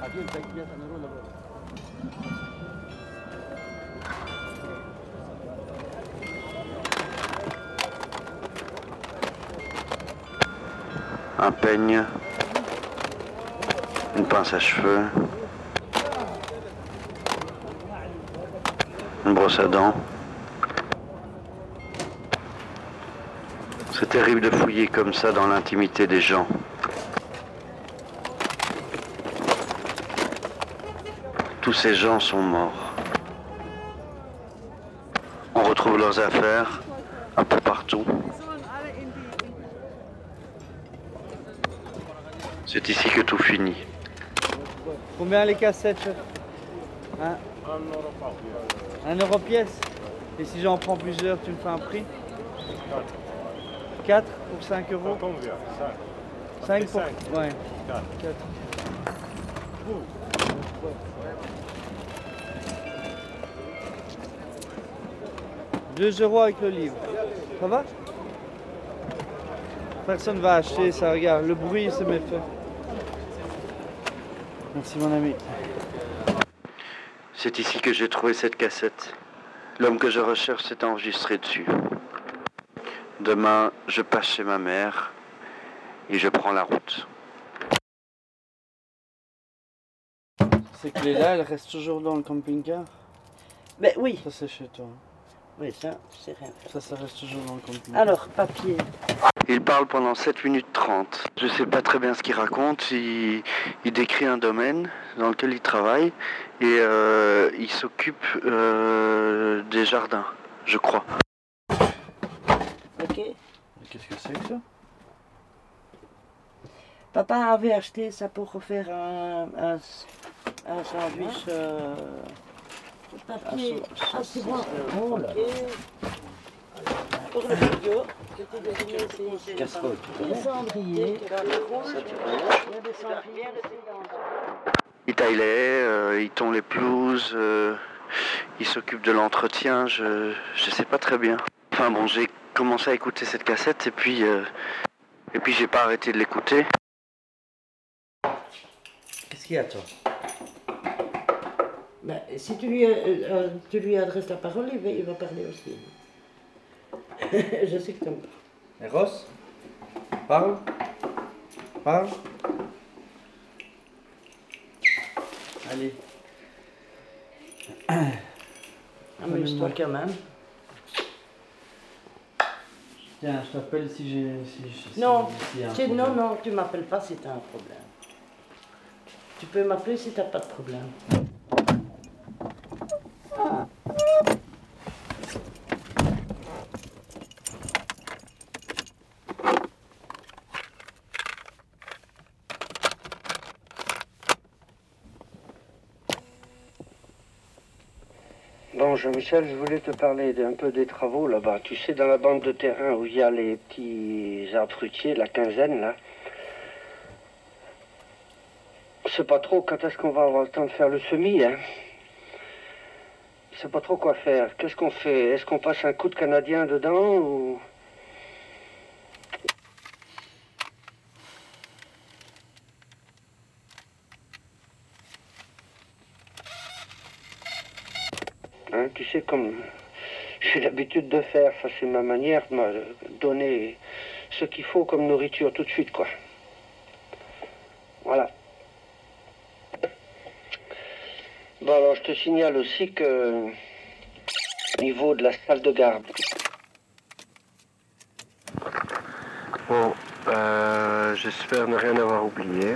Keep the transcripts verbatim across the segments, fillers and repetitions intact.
Un peigne, une pince à cheveux, une brosse à dents. C'est terrible de fouiller comme ça dans l'intimité des gens. Tous ces gens sont morts. On retrouve leurs affaires un peu partout. C'est ici que tout finit. Combien les cassettes, chef? Hein? Un euro pièce. Et si j'en prends plusieurs, tu me fais un prix? quatre pour cinq euros. cinq pour... Ouais. quatre. deux euros avec le livre. Ça va? Personne va acheter ça, regarde. Le bruit, c'est méfait. Merci mon ami. C'est ici que j'ai trouvé cette cassette. L'homme que je recherche s'est enregistré dessus. Demain, je passe chez ma mère et je prends la route. Ces clés-là, elles restent toujours dans le camping-car? Ben oui. Ça, c'est chez toi. Oui, ça, c'est rien. Ça, ça reste toujours dans le camping-car. Alors, papier. Il parle pendant sept minutes trente. Je ne sais pas très bien ce qu'il raconte. Il, il décrit un domaine dans lequel il travaille et euh, il s'occupe euh, des jardins, je crois. Ok. Qu'est-ce que c'est que ça? Papa avait acheté ça pour refaire un, un, un sandwich. Euh, papier. Ah, c'est bon. Oh là. Pour le frigo. Casserole. Les cendriers. Il taille les haies, euh, il tond les pelouses, euh, il s'occupe de l'entretien, je je sais pas très bien. Enfin bon, j'ai commencé à écouter cette cassette et puis euh, et puis j'ai pas arrêté de l'écouter. Qu'est-ce qu'il y a, toi? Ben, si tu lui, euh, euh, tu lui adresses la parole, il va, il va parler aussi. Je sais que tu aimes pas. Et Ross? Parle? Parle? Allez. Amuse-toi quand même. Tiens, je t'appelle si j'ai... Si, si, Non, si y a un tu- problème. non, non, tu m'appelles pas si tu as un problème. Tu peux m'appeler si tu n'as pas de problème. Bon, Jean-Michel, je voulais te parler d'un peu des travaux là-bas. Tu sais, dans la bande de terrain où il y a les petits arbres fruitiers, la quinzaine, là. Je sais pas trop quand est-ce qu'on va avoir le temps de faire le semis, hein. Je sais pas trop quoi faire. Qu'est-ce qu'on fait? Est-ce qu'on passe un coup de canadien dedans ou... Hein, tu sais, comme j'ai l'habitude de faire, ça c'est ma manière de me donner ce qu'il faut comme nourriture tout de suite, quoi. Voilà. Bon, alors je te signale aussi que au niveau de la salle de garde. Bon, euh, j'espère ne rien avoir oublié.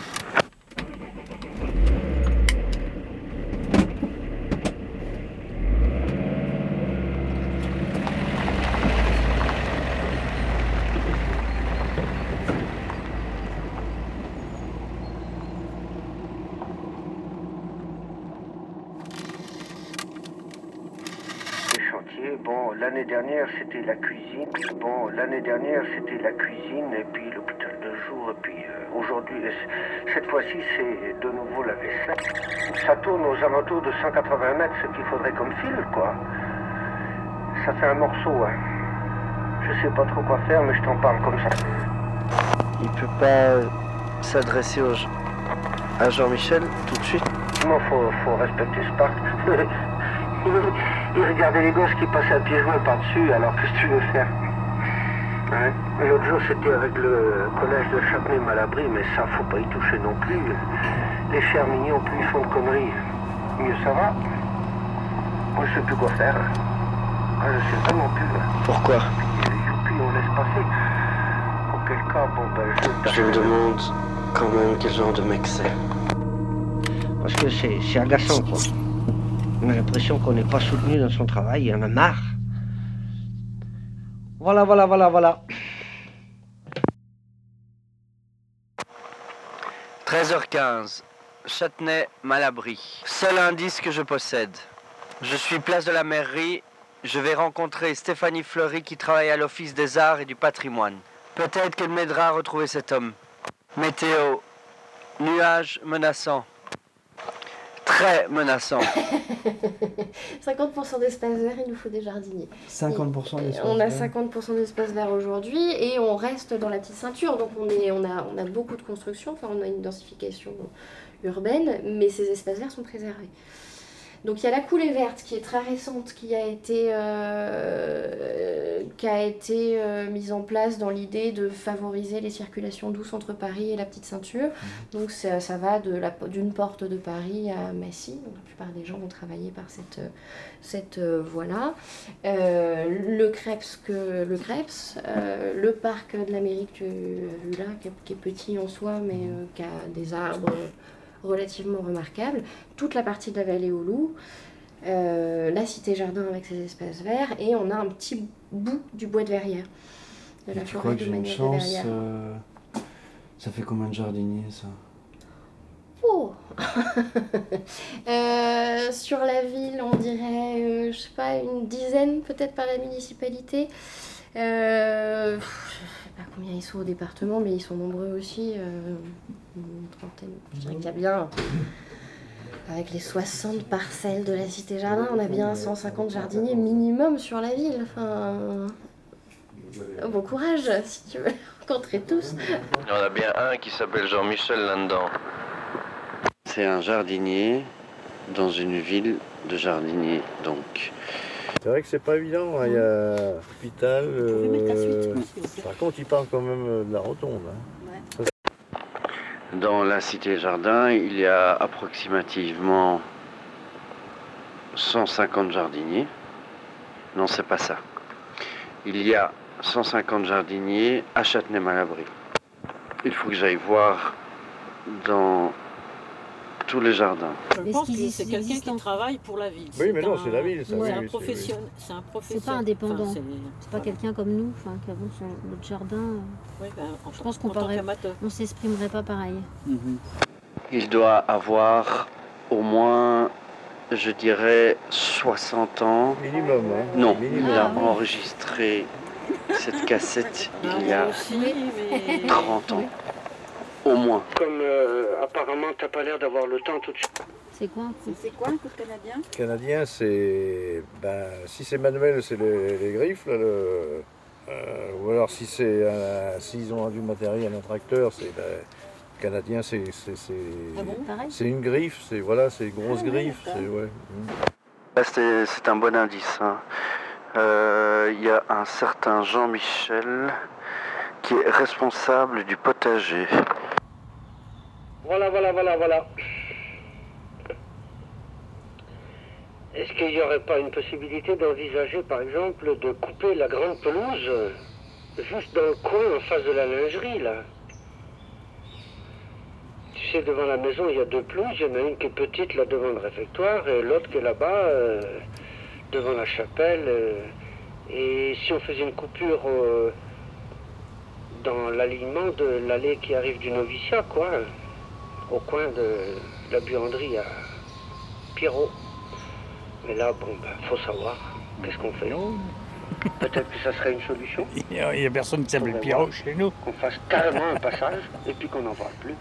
Bon, l'année dernière, c'était la cuisine. Bon, l'année dernière, c'était la cuisine et puis l'hôpital de jour. Et puis euh, aujourd'hui, cette fois-ci, c'est de nouveau la vaisselle. Ça tourne aux alentours de cent quatre-vingts mètres, ce qu'il faudrait comme fil, quoi. Ça fait un morceau, hein. Je sais pas trop quoi faire, mais je t'en parle comme ça. Il peut pas s'adresser aux gens. à Jean-Michel tout de suite. Il faut, faut respecter ce parc. Il regardait les gosses qui passaient à pieds joints par-dessus, alors qu'est-ce que tu veux faire? Ouais. L'autre jour, c'était avec le collège de Chapnay-Malabry, mais ça, faut pas y toucher non plus. Les chers mignons, plus ils font de conneries, mieux ça va. Moi, je sais plus quoi faire. Ah, je sais vraiment plus. Pourquoi? Puis on laisse passer. Auquel cas, bon, ben, je... Je me demande quand même quel genre de mec c'est. Parce que c'est, c'est agaçant, quoi. On a l'impression qu'on n'est pas soutenu dans son travail, il en a marre. Voilà, voilà, voilà, voilà. treize heures quinze, Châtenay-Malabry. Seul indice que je possède. Je suis place de la mairie. Je vais rencontrer Stéphanie Fleury qui travaille à l'Office des Arts et du Patrimoine. Peut-être qu'elle m'aidera à retrouver cet homme. Météo. Nuages menaçants. Très menaçant. cinquante pour cent d'espace vert, il nous faut des jardiniers. cinquante pour cent d'espace On a vert. cinquante pour cent d'espace vert aujourd'hui et on reste dans la petite ceinture. Donc on, est, on, a, on a beaucoup de construction, enfin on a une densification urbaine, mais ces espaces verts sont préservés. Donc il y a la coulée verte qui est très récente, qui a été, euh, qui a été euh, mise en place dans l'idée de favoriser les circulations douces entre Paris et la petite ceinture. Donc ça, ça va de la, d'une porte de Paris à Massy. Donc, la plupart des gens vont travailler par cette, cette euh, voie-là. Euh, le Creps, que, le, Creps euh, le parc de la mairie que tu as vu là, qui est, qui est petit en soi, mais euh, qui a des arbres relativement remarquable, toute la partie de la vallée aux loups, euh, la cité jardin avec ses espaces verts, et on a un petit bout du bois de Verrières. De la Tu crois forêt que de j'ai une Manière de chance Verrières. euh, Ça fait combien de jardiniers ça? Oh euh, Sur la ville, on dirait, euh, je sais pas, une dizaine peut-être par la municipalité. Euh, je sais pas combien ils sont au département, mais ils sont nombreux aussi. Euh, une trentaine. Je dirais qu'il y a bien, avec les soixante parcelles de la cité jardin, on a bien cent cinquante jardiniers minimum sur la ville. Enfin, bon courage si tu veux les rencontrer tous. Il y en a bien un qui s'appelle Jean-Michel là-dedans. C'est un jardinier dans une ville de jardiniers, donc. C'est vrai que c'est pas évident, hein. Il y a l'hôpital. Euh... Par contre, il parle quand même de la rotonde. Hein. Dans la cité jardin, il y a approximativement cent cinquante jardiniers. Non, c'est pas ça. Il y a cent cinquante jardiniers à Châtenay-Malabry. Il faut que j'aille voir dans tous les jardins. Je pense que c'est quelqu'un qui travaille pour la ville. Oui, mais non, un... c'est la ville. Ça, c'est, oui, un oui, profession... c'est un professionnel. C'est pas indépendant. Enfin, c'est... c'est pas quelqu'un comme nous, enfin, qui avons son, notre jardin. Oui, ben, en je pense qu'on en parlerait, tant on s'exprimerait pas pareil. Mm-hmm. Il doit avoir au moins, je dirais, soixante ans. Minimum, hein. Non, Minimum. il a Ah, oui. enregistré cette cassette il y a aussi, mais... trente ans. Au moins. Comme euh, apparemment t'as pas l'air d'avoir le temps tout de suite. C'est quoi un coup C'est quoi un coup de canadien? Canadien, c'est. Ben, si c'est manuel, c'est les, les griffes. Là, le... euh, ou alors, si c'est un... s'ils ont du matériel, un tracteur, c'est. Ben, canadien, c'est. C'est, c'est... Ah bon, pareil. c'est une griffe, c'est voilà, c'est une grosse Ah, griffe. d'accord. C'est, ouais. Là, c'est, c'est un bon indice. Hein. Euh, il y a un certain Jean-Michel qui est responsable du potager. Voilà, voilà, voilà, voilà. Est-ce qu'il n'y aurait pas une possibilité d'envisager, par exemple, de couper la grande pelouse euh, juste dans le coin en face de la lingerie, là? Tu sais, devant la maison, il y a deux pelouses. Il y en a une qui est petite, là, devant le réfectoire, et l'autre qui est là-bas, euh, devant la chapelle. euh, et si on faisait une coupure euh, dans l'alignement de l'allée qui arrive du noviciat, quoi, au coin de la buanderie à Pierrot. Mais là, bon, ben, faut savoir, qu'est-ce qu'on fait? Peut-être que ça serait une solution. Il n'y a personne qui s'appelle Pierrot chez nous. Qu'on fasse carrément un passage, et puis qu'on n'en parle plus.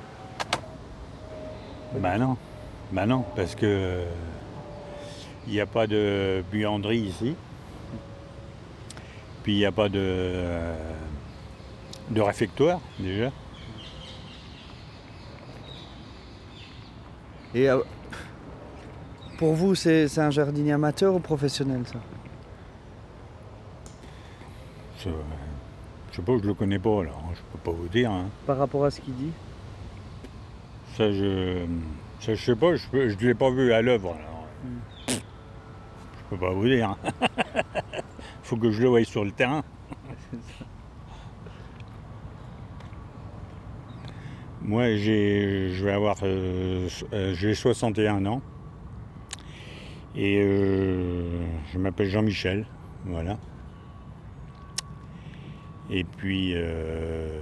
Ben non, ben non, parce que il n'y a pas de buanderie ici. Puis il n'y a pas de, euh, de réfectoire déjà. Et euh, pour vous, c'est c'est un jardinier amateur ou professionnel, ça? Je, je sais pas, je le connais pas, alors je peux pas vous dire. Hein. Par rapport à ce qu'il dit? Ça, je, ça, je sais pas, je, peux- je l'ai pas vu à l'œuvre. alors, Hmm. Je peux pas vous dire. Faut que je le voie sur le terrain. Moi, j'ai, je vais avoir, euh, euh, j'ai soixante et un ans et euh, je m'appelle Jean-Michel, voilà. Et puis, euh,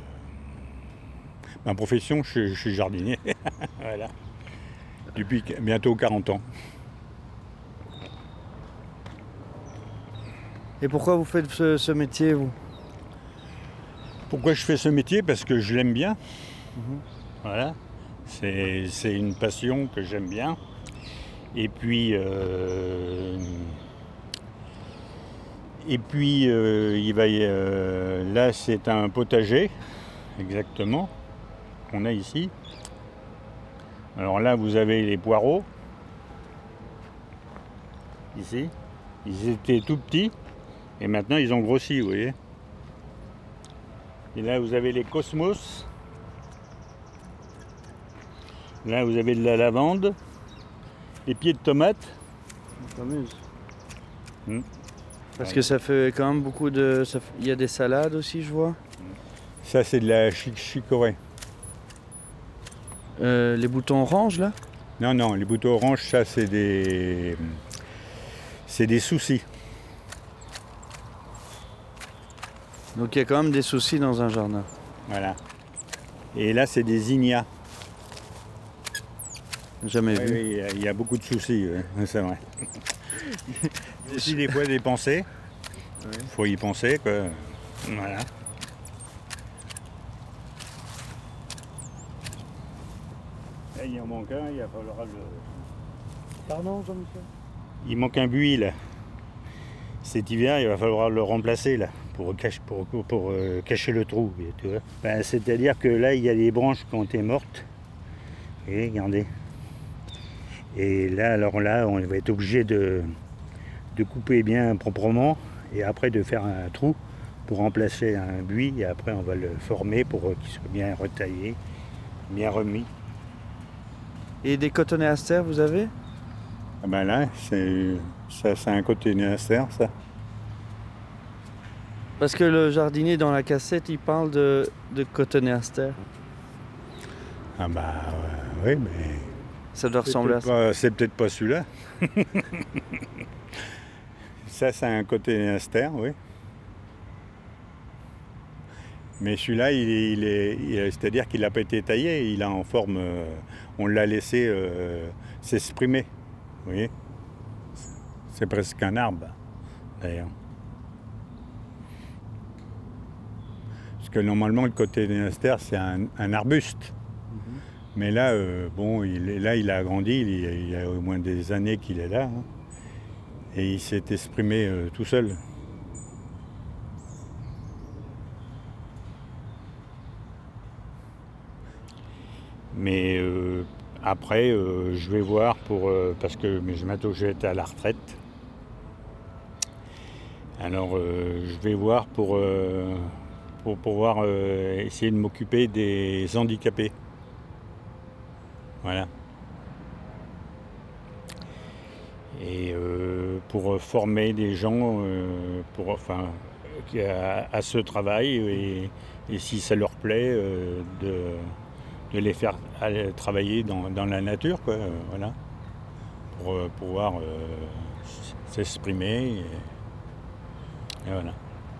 ma profession, je, je suis jardinier, voilà, depuis qu- bientôt quarante ans. Et pourquoi vous faites ce, ce métier, vous? Pourquoi je fais ce métier? Parce que je l'aime bien, Mhm. voilà. C'est, c'est une passion que j'aime bien. Et puis, euh, et puis euh, il va y- euh, là, c'est un potager, exactement, qu'on a ici. Alors là, vous avez les poireaux, ici. Ils étaient tout petits, et maintenant ils ont grossi, vous voyez. Et là, vous avez les cosmos. Là, vous avez de la lavande, les pieds de tomates. On s'amuse. Hmm. Parce que ça fait quand même beaucoup de... ça fait- Il y a des salades aussi, je vois. Ça, c'est de la chi- chicorée. Euh, les boutons oranges, là? Non, non, les boutons oranges, ça, c'est des... C'est des soucis. Donc il y a quand même des soucis dans un jardin. Voilà. Et là, c'est des ignas. Jamais Oui, vu. oui, il y a- il y, a beaucoup de soucis, ouais, c'est vrai. Il y a aussi des fois des pensées. Il faut y penser, quoi. Voilà. Là, il en manque un, il va falloir le... Pardon, Jean-Michel? Il manque un buis, là. Cet hiver, il va falloir le remplacer, là, pour, cacher, pour, pour euh, cacher le trou, tu vois. Ben, c'est-à-dire que là, il y a les branches qui ont été mortes. Et regardez. Et là, alors là, on va être obligé de, de couper bien proprement et après de faire un trou pour remplacer un buis. Et après, on va le former pour qu'il soit bien retaillé, bien remis. Et des cotonéastères, vous avez? Ah ben là, c'est, ça, c'est un cotonéaster, ça. Parce que le jardinier dans la cassette, il parle de, de cotonéastères. Ah bah euh, oui, mais... Ça doit C'est ressembler à peut-être ça. pas- C'est peut-être pas celui-là. Ça, c'est un cotonéaster, oui. Mais celui-là, il est, il est- il est- c'est-à-dire qu'il n'a pas été taillé, il a en forme, euh, on l'a laissé euh, s'exprimer. Vous voyez? C'est presque un arbre, d'ailleurs. Parce que normalement, le cotonéaster, c'est un, un arbuste. Mais là, euh, bon, il, est- là, il a grandi, il, il y a au moins des années qu'il est là. hein. Et il s'est exprimé euh, tout seul. Mais euh, après, euh, je vais voir pour... euh, parce que mais je bientôt je vais être à la retraite. Alors, euh, je vais voir pour, euh, pour pouvoir euh, essayer de m'occuper des handicapés. Voilà. Et euh, pour former des gens euh, pour, enfin, qui- à, à ce travail et, et si ça leur plaît, euh, de, de les faire aller travailler dans, dans la nature, quoi, euh, voilà, pour euh, pouvoir euh, s- s'exprimer. Et, et voilà.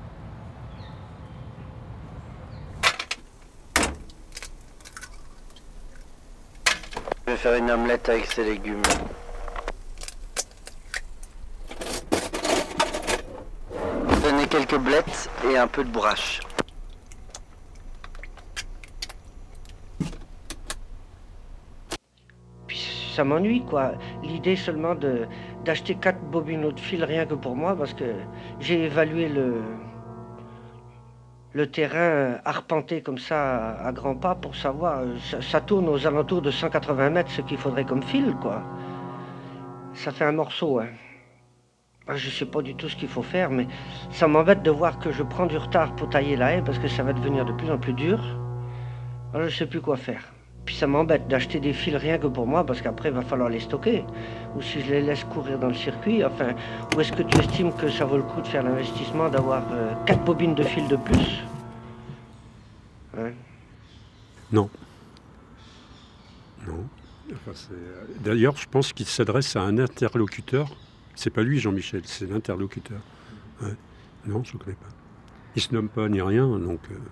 Je vais faire une omelette avec ces légumes. Donner quelques blettes et un peu de bourrache. Puis ça m'ennuie, quoi. L'idée seulement de d'acheter quatre bobines de fil rien que pour moi, parce que j'ai évalué le le terrain arpenté comme ça à, à grands pas pour savoir. Ça, ça tourne aux alentours de cent quatre-vingts mètres, ce qu'il faudrait comme fil, quoi. Ça fait un morceau, hein. Je ne sais pas du tout ce qu'il faut faire, mais ça m'embête de voir que je prends du retard pour tailler la haie parce que ça va devenir de plus en plus dur. Alors je ne sais plus quoi faire. Puis ça m'embête d'acheter des fils rien que pour moi parce qu'après il va falloir les stocker. Ou si je les laisse courir dans le circuit, enfin, où est-ce que tu estimes que ça vaut le coup de faire l'investissement d'avoir euh, quatre bobines de fil de plus? Hein? Non. Non. Enfin, c'est... D'ailleurs, je pense qu'il s'adresse à un interlocuteur. C'est pas lui, Jean-Michel, c'est l'interlocuteur. Ouais. Non, je ne le connais pas. Il se nomme pas ni rien, donc... Euh...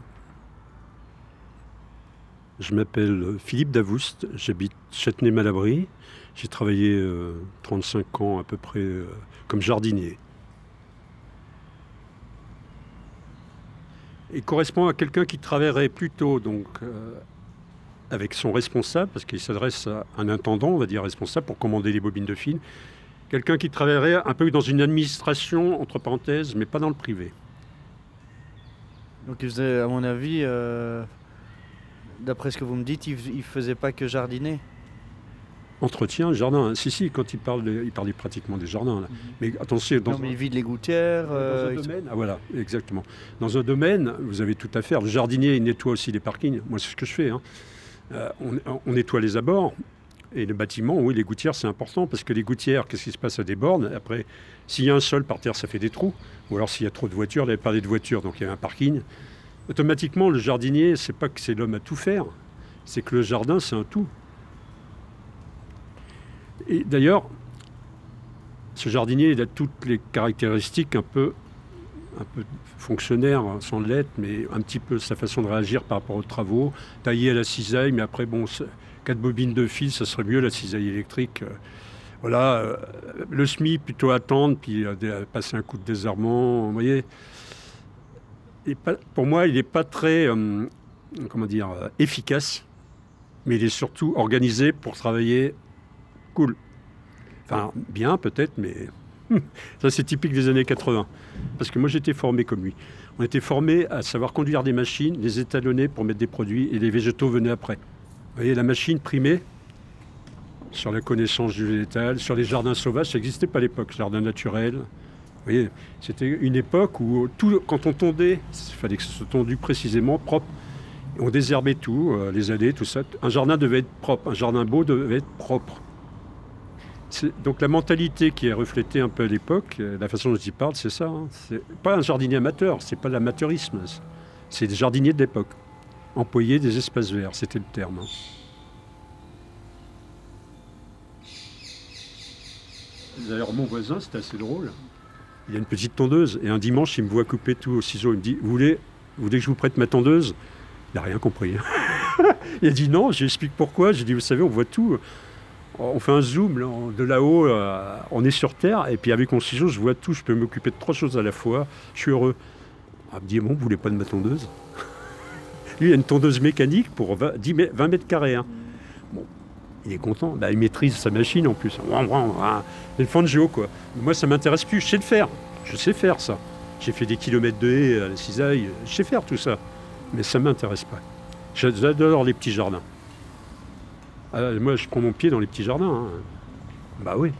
Je m'appelle Philippe Davoust, j'habite Châtenay-Malabry. J'ai travaillé euh, trente-cinq ans à peu près euh, comme jardinier. Il correspond à quelqu'un qui travaillerait plutôt donc, euh, avec son responsable, parce qu'il s'adresse à un intendant, on va dire responsable, pour commander les bobines de fil. Quelqu'un qui travaillerait un peu dans une administration, entre parenthèses, mais pas dans le privé. Donc il faisait, à mon avis... Euh... D'après ce que vous me dites, il ne faisait pas que jardiner. Entretien, jardin. Si, si, quand il parle, de, il parlait pratiquement des jardins. Là. Mm-hmm. Mais attention... Dans non, mais il vide les gouttières. Euh, dans un domaine, ah, voilà, exactement. Dans un domaine, vous avez tout à faire. Le jardinier, il nettoie aussi les parkings. Moi, c'est ce que je fais. Hein. Euh, on, on nettoie les abords. Et les bâtiments, oui, les gouttières, c'est important. Parce que les gouttières, qu'est-ce qui se passe à des bornes? Après, s'il y a un sol par terre, ça fait des trous. Ou alors, s'il y a trop de voitures, il avait parlé de voitures, donc il y a un parking. Automatiquement, le jardinier, c'est pas que c'est l'homme à tout faire, c'est que le jardin, c'est un tout. Et d'ailleurs, ce jardinier, il a toutes les caractéristiques un peu, un peu fonctionnaires, sans l'être, mais un petit peu sa façon de réagir par rapport aux travaux, tailler à la cisaille, mais après, bon, quatre bobines de fil, ça serait mieux, la cisaille électrique. Voilà, euh, le S M I, plutôt attendre, puis euh, passer un coup de désarmement, vous voyez. Pas, pour moi, il n'est pas très euh, comment dire, euh, efficace, mais il est surtout organisé pour travailler cool. Enfin, bien peut-être, mais ça c'est typique des années quatre-vingts. Parce que moi j'étais formé comme lui. On était formé à savoir conduire des machines, les étalonner pour mettre des produits, et les végétaux venaient après. Vous voyez, la machine primée sur la connaissance du végétal, sur les jardins sauvages, ça n'existait pas à l'époque, jardin naturel. Vous voyez, c'était une époque où tout, quand on tondait, il fallait que ce soit tondu précisément, propre. On désherbait tout, euh, les allées, tout ça. Un jardin devait être propre, un jardin beau devait être propre. C'est, donc la mentalité qui est reflétée un peu à l'époque, la façon dont j'y parle, c'est ça. Hein. C'est pas un jardinier amateur, c'est pas l'amateurisme. C'est des jardiniers de l'époque. Employer des espaces verts, c'était le terme. Hein. D'ailleurs, mon voisin, c'était assez drôle. Il y a une petite tondeuse, et un dimanche, il me voit couper tout au ciseau. Il me dit, vous voulez, vous voulez que je vous prête ma tondeuse? Il n'a rien compris. Il a dit non, je lui explique pourquoi. J'ai dit, vous savez, on voit tout. On fait un zoom, là, de là-haut, euh, on est sur Terre, et puis avec mon ciseau, je vois tout. Je peux m'occuper de trois choses à la fois. Je suis heureux. Il me dit, bon, vous voulez pas de ma tondeuse? Lui, il a une tondeuse mécanique pour vingt mètres carrés. Hein. Bon. Il est content, bah, il maîtrise sa machine en plus. C'est le Fangio, quoi. Moi, ça m'intéresse plus, je sais le faire. Je sais faire ça. J'ai fait des kilomètres de haies à la cisaille, je sais faire tout ça. Mais ça ne m'intéresse pas. J'adore les petits jardins. Ah, moi, je prends mon pied dans les petits jardins. Hein. Bah oui.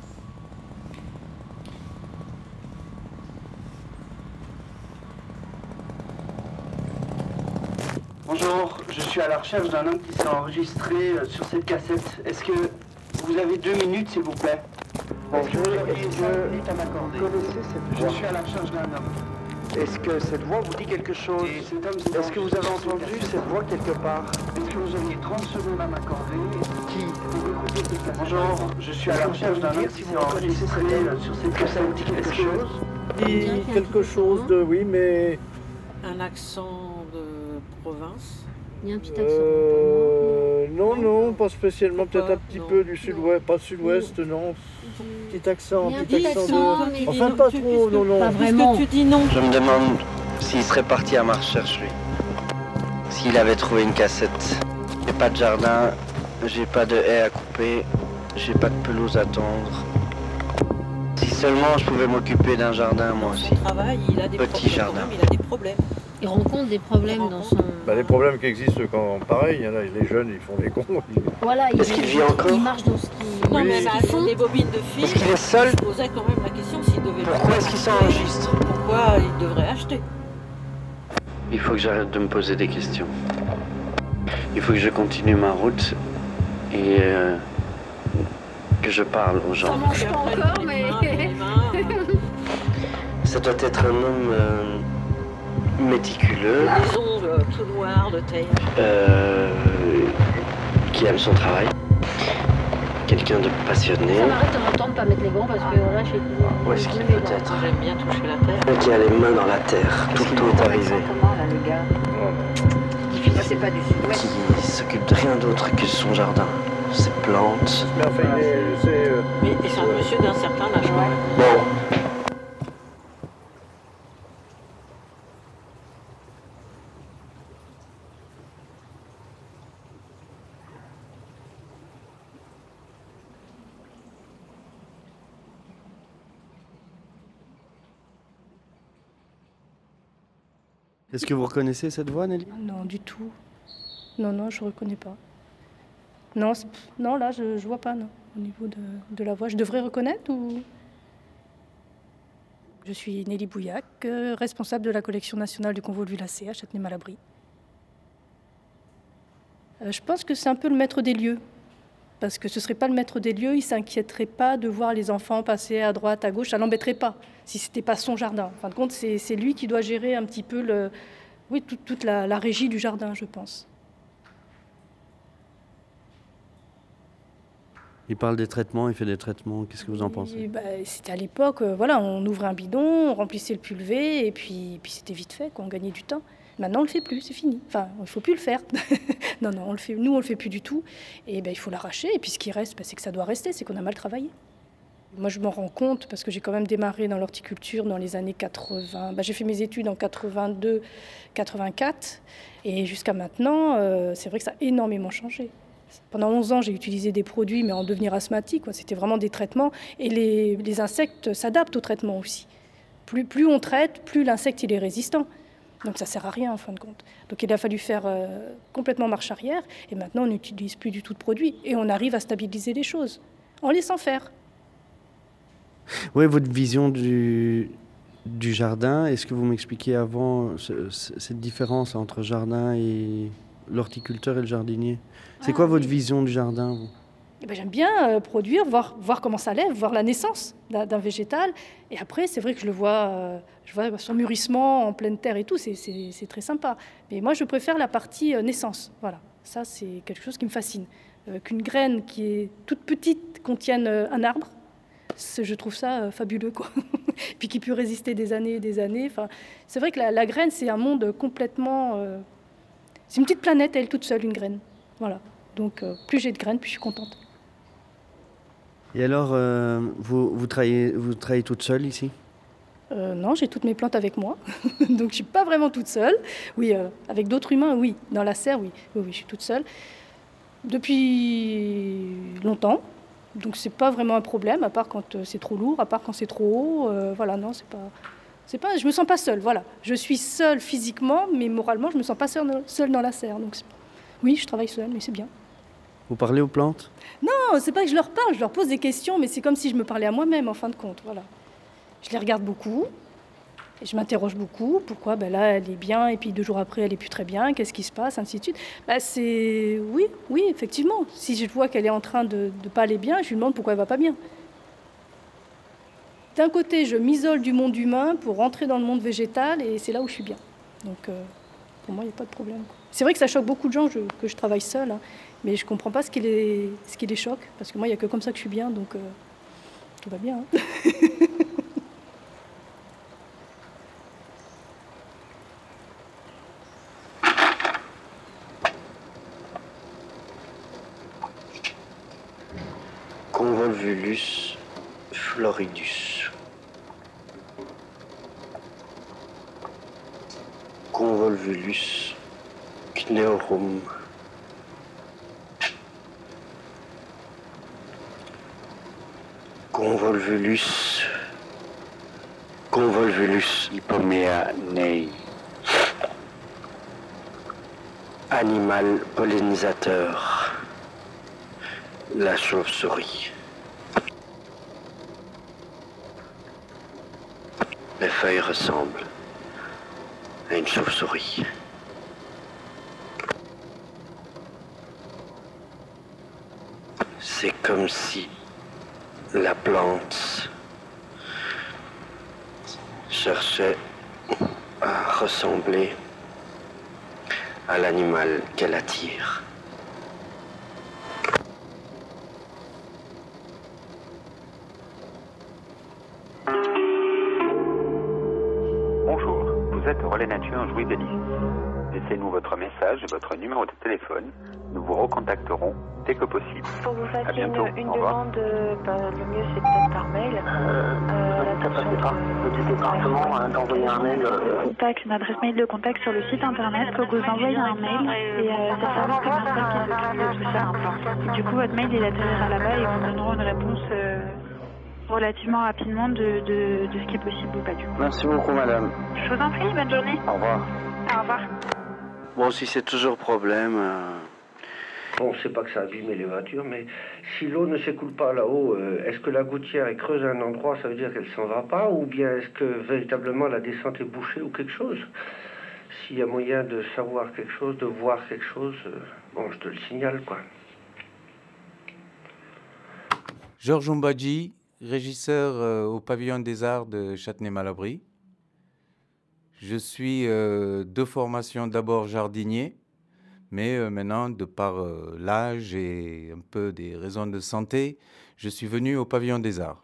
Bonjour, je suis à la recherche d'un homme qui s'est enregistré sur cette cassette. Est-ce que vous avez deux minutes, s'il vous plaît? Bonjour, est-ce que cinq minutes à m'accorder? Connaissez cette voix? Je suis à la recherche d'un homme. Est-ce que cette voix vous dit quelque chose? Est-ce que vous avez entendu cette voix quelque part? Est-ce que vous auriez trente secondes à m'accorder? Qui? Bonjour, je suis à la recherche d'un homme qui s'est enregistré sur cette cassette. Ça vous dit quelque chose? Dit quelque chose de oui, mais... Un accent de province? Il y a un petit accent. Euh, non, non, pas spécialement. Peut-être un petit non. peu du sud-ouest. Pas sud-ouest, non. Petit accent, Un petit petit accent accent, de... mais Enfin, non, pas tu- trop, puisque- non, non. Pas Puisque vraiment. tu dis non. Je me demande s'il serait parti à ma recherche, lui. S'il avait trouvé une cassette. J'ai pas de jardin, j'ai pas de haies à couper, j'ai pas de pelouse à tondre. Si seulement je pouvais m'occuper d'un jardin, moi aussi. Son travail, il a des Petit problèmes. jardin. Il a des problèmes. Il rencontre des problèmes dans son... Bah, les problèmes qui existent quand pareil, hein, là, les jeunes ils font des cons. Ils... Voilà, il, Est-ce qu'il vit encore? il marche dans ce qu'il... Non, Oui. mais bah, les bobines de films, Est-ce qu'il est seul? je posais quand même la question s'il devait... Pourquoi est-ce qu'il s'enregistre? Pourquoi il devrait acheter? Il faut que j'arrête de me poser des questions. Il faut que je continue ma route et euh, que je parle aux gens. Ça mange pas encore, mais... Ça doit être un homme euh, méticuleux, Les ongles tout noirs de taille. euh, qui aime son travail, quelqu'un de passionné, Ça m'arrête de m'entendre pas mettre les gants parce que là, je suis... où est-ce qu'il peut être, J'aime bien toucher la terre. qui a les mains dans la terre, tout le temps arrivé, Comment là les gars? Moi c'est pas du sud-ouest. qui s'occupe de rien d'autre que son jardin, ses plantes. Mais enfin, il est, c'est, euh, Mais c'est un monsieur d'un certain âge quand même. Bon, est-ce que vous reconnaissez cette voix, Nelly? Non, du tout. Non, non, je reconnais pas. Non, c'est- non là, je, je vois pas, non, au niveau de, de la voix. Je devrais reconnaître ou... Je suis Nelly Bouillac, euh, responsable de la collection nationale du Convolvule Lacé à Châtenay-Malabry. Euh, je pense que c'est un peu le maître des lieux. Parce que ce ne serait pas le maître des lieux, il ne s'inquiéterait pas de voir les enfants passer à droite, à gauche, ça ne l'embêterait pas, si ce n'était pas son jardin. En fin de compte, c'est, c'est lui qui doit gérer un petit peu le, oui, tout- toute la, la régie du jardin, je pense. Il parle des traitements, il fait des traitements, qu'est-ce que vous en pensez? Et, bah, c'était à l'époque, euh, voilà, on ouvrait un bidon, on remplissait le pulvé, et puis, puis c'était vite fait, quoi, on gagnait du temps. Maintenant, on ne le fait plus, c'est fini. Enfin, il ne faut plus le faire. non, non, on le fait, nous, on ne le fait plus du tout. Et ben, il faut l'arracher, et puis ce qui reste, bah, c'est que ça doit rester, c'est qu'on a mal travaillé. Moi, je m'en rends compte, parce que j'ai quand même démarré dans l'horticulture dans les années quatre-vingts. Bah, j'ai fait mes études en quatre-vingt-deux quatre-vingt-quatre, et jusqu'à maintenant, euh, c'est vrai que ça a énormément changé. Pendant onze ans, j'ai utilisé des produits, mais en devenir asthmatique, quoi. C'était vraiment des traitements. Et les, les insectes s'adaptent aux traitements aussi. Plus, plus on traite, plus l'insecte il est résistant. Donc ça ne sert à rien en fin de compte. Donc il a fallu faire euh, complètement marche arrière. Et maintenant, on n'utilise plus du tout de produits. Et on arrive à stabiliser les choses en laissant faire. Oui, votre vision du, du jardin, est-ce que vous m'expliquiez avant ce- ce- cette différence entre jardin et l'horticulteur et le jardinier? C'est Ah, quoi votre oui. vision du jardin, vous? Eh ben, j'aime bien euh, produire, voir, voir comment ça lève, voir la naissance d'un, d'un végétal. Et après, c'est vrai que je le vois, euh, je vois son mûrissement en pleine terre et tout, c'est, c'est, c'est très sympa. Mais moi, je préfère la partie euh, naissance. Voilà, ça, c'est quelque chose qui me fascine. Euh, qu'une graine qui est toute petite contienne euh, un arbre, c'est- je trouve ça euh, fabuleux, quoi. Puis qui peut résister des années et des années. Enfin, c'est vrai que la, la graine, c'est un monde complètement... euh, c'est une petite planète, elle, toute seule, une graine. Voilà. Donc, euh, plus j'ai de graines, plus je suis contente. Et alors, euh, vous, vous, travaillez, vous travaillez toute seule ici? Euh, non, j'ai toutes mes plantes avec moi, donc je ne suis pas vraiment toute seule. Oui, euh, avec d'autres humains, oui. Dans la serre, oui. Oui, oui, je suis toute seule. Depuis longtemps, donc c'est pas vraiment un problème, à part quand euh, c'est trop lourd, à part quand c'est trop haut. Euh, voilà, non, c'est pas, c'est pas. Je me sens pas seule. Voilà, je suis seule physiquement, mais moralement, je me sens pas seule, seule dans la serre. Donc c'est- oui, je travaille seule, mais c'est bien. Vous parlez aux plantes? Non, c'est pas que je leur parle, je leur pose des questions, mais c'est comme si je me parlais à moi-même en fin de compte. Voilà. Je les regarde beaucoup, et je m'interroge beaucoup. Pourquoi ben là, elle est bien, et puis deux jours après, elle est plus très bien. Qu'est-ce qui se passe, ainsi de suite. Ben, c'est oui, oui, effectivement. Si je vois qu'elle est en train de ne pas aller bien, je lui demande pourquoi elle va pas bien. D'un côté, je m'isole du monde humain pour rentrer dans le monde végétal, et c'est là où je suis bien. Donc, euh, pour moi, il n'y a pas de problème, quoi. C'est vrai que ça choque beaucoup de gens je- que je travaille seule, hein, mais je ne comprends pas ce qui, les, ce qui les choque, parce que moi, il n'y a que comme ça que je suis bien, donc euh, tout va bien. Hein. Convolvulus floridus. Convolvulus cneorum. Convolvulus. Convolvulus hypomea nei. Animal pollinisateur. La chauve-souris. Les feuilles ressemblent à une chauve-souris. C'est comme si la plante cherchait à ressembler à l'animal qu'elle attire. Bonjour, vous êtes au Relais Nature Jouy Bélis. Laissez-nous votre message et votre numéro de téléphone. Nous vous recontacterons dès que possible. Pour que vous À fassiez une, bientôt. une Au revoir. demande, euh, ben, le mieux c'est peut-être par mail. Euh, l'attention de- du département hein, d'envoyer un mail. euh, Contact, une adresse mail de contact sur le site internet, que vous envoyez un mail et euh, c'est le service commercial qui s'occupe de tout ça. Et du coup, votre mail il atterrira là-bas et ils vous donneront une réponse euh, relativement rapidement de, de, de ce qui est possible ou pas du coup. Merci beaucoup, madame. Je vous en prie, bonne journée. Au revoir. Au revoir. Bon, si c'est toujours problème... euh, On ne sait pas que ça a abîmé les voitures, mais si l'eau ne s'écoule pas là-haut, euh, est-ce que la gouttière est creuse à un endroit, ça veut dire qu'elle s'en va pas, ou bien est-ce que véritablement la descente est bouchée ou quelque chose? S'il y a moyen de savoir quelque chose, de voir quelque chose, euh, bon, je te le signale, quoi. Georges Ombadji, régisseur euh, au Pavillon des Arts de Châtenay-Malabry. Je suis euh, de formation d'abord jardinier, mais euh, maintenant, de par euh, l'âge et un peu des raisons de santé, je suis venu au Pavillon des Arts.